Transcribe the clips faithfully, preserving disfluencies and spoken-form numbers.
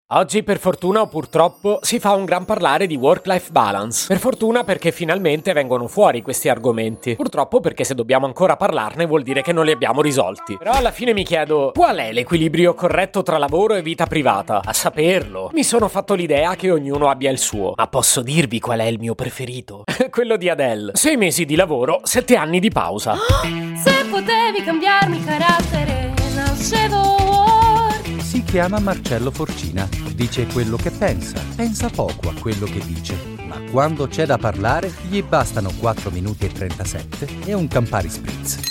Oggi per fortuna o purtroppo si fa un gran parlare di work-life balance. Per fortuna perché finalmente vengono fuori questi argomenti. Purtroppo perché se dobbiamo ancora parlarne vuol dire che non li abbiamo risolti. Però alla fine mi chiedo, qual è l'equilibrio corretto tra lavoro e vita privata? A saperlo, mi sono fatto l'idea che ognuno abbia il suo. Ma posso dirvi qual è il mio preferito? Quello di Adele. Sei mesi di lavoro, sette anni di pausa. Se potevi cambiarmi carattere, nascevo. Si chiama Marcello Forcina, dice quello che pensa, pensa poco a quello che dice, ma quando c'è da parlare gli bastano quattro minuti e trentasette e un Campari Spritz.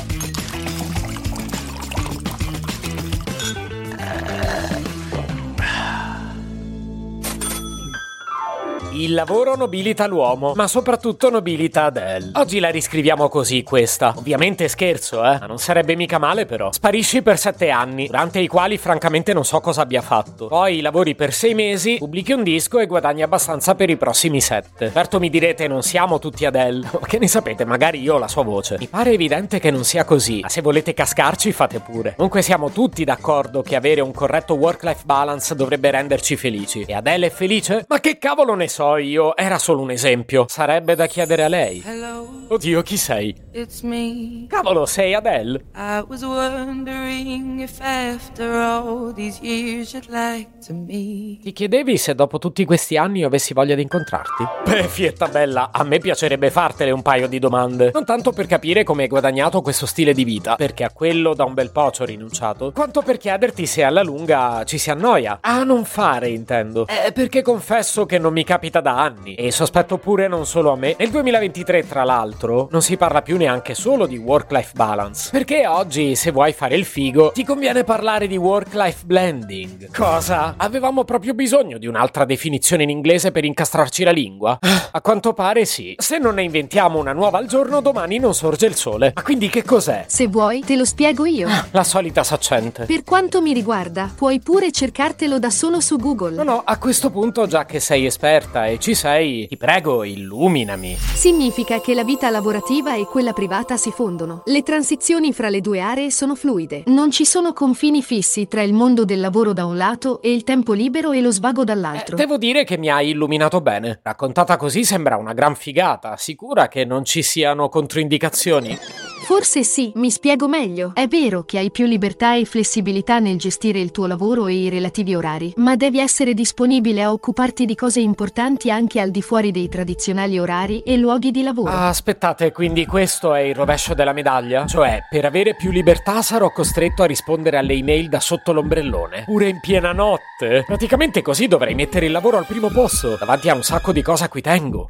Il lavoro nobilita l'uomo, ma soprattutto nobilita Adele. Oggi la riscriviamo così, questa. Ovviamente scherzo, eh? Ma non sarebbe mica male, però. Sparisci per sette anni, durante i quali francamente non so cosa abbia fatto. Poi lavori per sei mesi, pubblichi un disco e guadagni abbastanza per i prossimi sette. Certo mi direte, non siamo tutti Adele. Che ne sapete, magari io ho la sua voce. Mi pare evidente che non sia così, ma se volete cascarci fate pure. Comunque siamo tutti d'accordo che avere un corretto work-life balance dovrebbe renderci felici. E Adele è felice? Ma che cavolo ne so io, era solo un esempio. Sarebbe da chiedere a lei. Hello, Oddio, chi sei? it's me. Cavolo, sei Adele? I was wondering if after all these years you'd like to meet. Ti chiedevi se dopo tutti questi anni io avessi voglia di incontrarti? Beh, fietta bella, a me piacerebbe fartele un paio di domande. Non tanto per capire come hai guadagnato questo stile di vita, perché a quello da un bel po' ci ho rinunciato, quanto per chiederti se alla lunga ci si annoia. A non fare, intendo. Eh, perché confesso che non mi capita da anni, e sospetto pure non solo a me. Nel duemilaventitré, tra l'altro, non si parla più neanche solo di work-life balance, perché oggi, se vuoi fare il figo, ti conviene parlare di work-life blending. Cosa? Avevamo proprio bisogno di un'altra definizione in inglese per incastrarci la lingua? A quanto pare sì. Se non ne inventiamo una nuova al giorno, domani non sorge il sole. Ma quindi che cos'è? Se vuoi, te lo spiego io. La solita saccente. Per quanto mi riguarda, puoi pure cercartelo da solo su Google. No, no, a questo punto, già che sei esperta e ci sei, ti prego, illuminami. Significa che la vita lavorativa e quella privata si fondono. Le transizioni fra le due aree sono fluide. Non ci sono confini fissi tra il mondo del lavoro da un lato e il tempo libero e lo svago dall'altro. Eh, devo dire che mi hai illuminato bene. Raccontata così sembra una gran figata. Sicura che non ci siano controindicazioni? Forse sì, mi spiego meglio. È vero che hai più libertà e flessibilità nel gestire il tuo lavoro e i relativi orari, ma devi essere disponibile a occuparti di cose importanti anche al di fuori dei tradizionali orari e luoghi di lavoro. Ah, aspettate, quindi questo è il rovescio della medaglia? Cioè, per avere più libertà sarò costretto a rispondere alle email da sotto l'ombrellone? Pure in piena notte? Praticamente così dovrei mettere il lavoro al primo posto, davanti a un sacco di cose a cui tengo.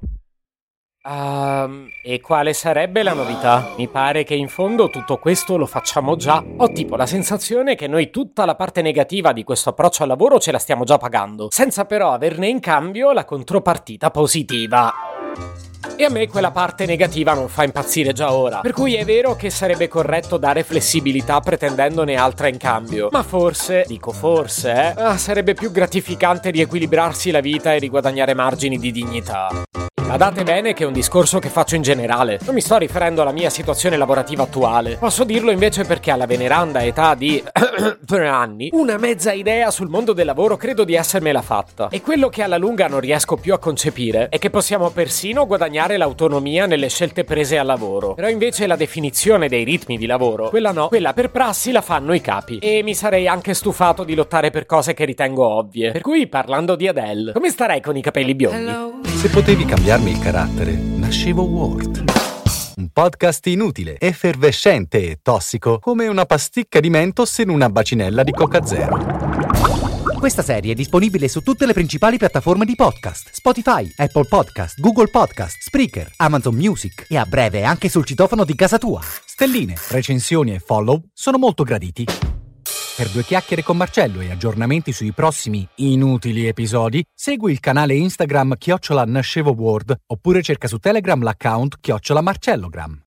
Um, e quale sarebbe la novità? Mi pare che in fondo tutto questo lo facciamo già. Ho tipo la sensazione che noi tutta la parte negativa di questo approccio al lavoro ce la stiamo già pagando, senza però averne in cambio la contropartita positiva. E a me quella parte negativa non fa impazzire già ora. Per cui è vero che sarebbe corretto dare flessibilità pretendendone altra in cambio. Ma forse, dico forse, eh, ah, sarebbe più gratificante riequilibrarsi la vita e riguadagnare margini di dignità. Badate bene che è un discorso che faccio in generale. Non mi sto riferendo alla mia situazione lavorativa attuale. Posso dirlo invece perché alla veneranda età di tre anni, una mezza idea sul mondo del lavoro credo di essermela fatta. E quello che alla lunga non riesco più a concepire è che possiamo persino guadagnare l'autonomia nelle scelte prese al lavoro. Però invece la definizione dei ritmi di lavoro, quella no, quella per prassi la fanno i capi. E mi sarei anche stufato di lottare per cose che ritengo ovvie. Per cui, parlando di Adele, come starei con i capelli biondi? Hello. Se potevi cambiarmi il carattere, nascevo Word. Un podcast inutile, effervescente e tossico, come una pasticca di Mentos in una bacinella di Coca Zero. Questa serie è disponibile su tutte le principali piattaforme di podcast: Spotify, Apple Podcast, Google Podcast, Spreaker, Amazon Music e a breve anche sul citofono di casa tua. Stelline, recensioni e follow sono molto graditi. Per due chiacchiere con Marcello e aggiornamenti sui prossimi inutili episodi, segui il canale Instagram chiocciola Nascevo Word oppure cerca su Telegram l'account chiocciola Marcellogram.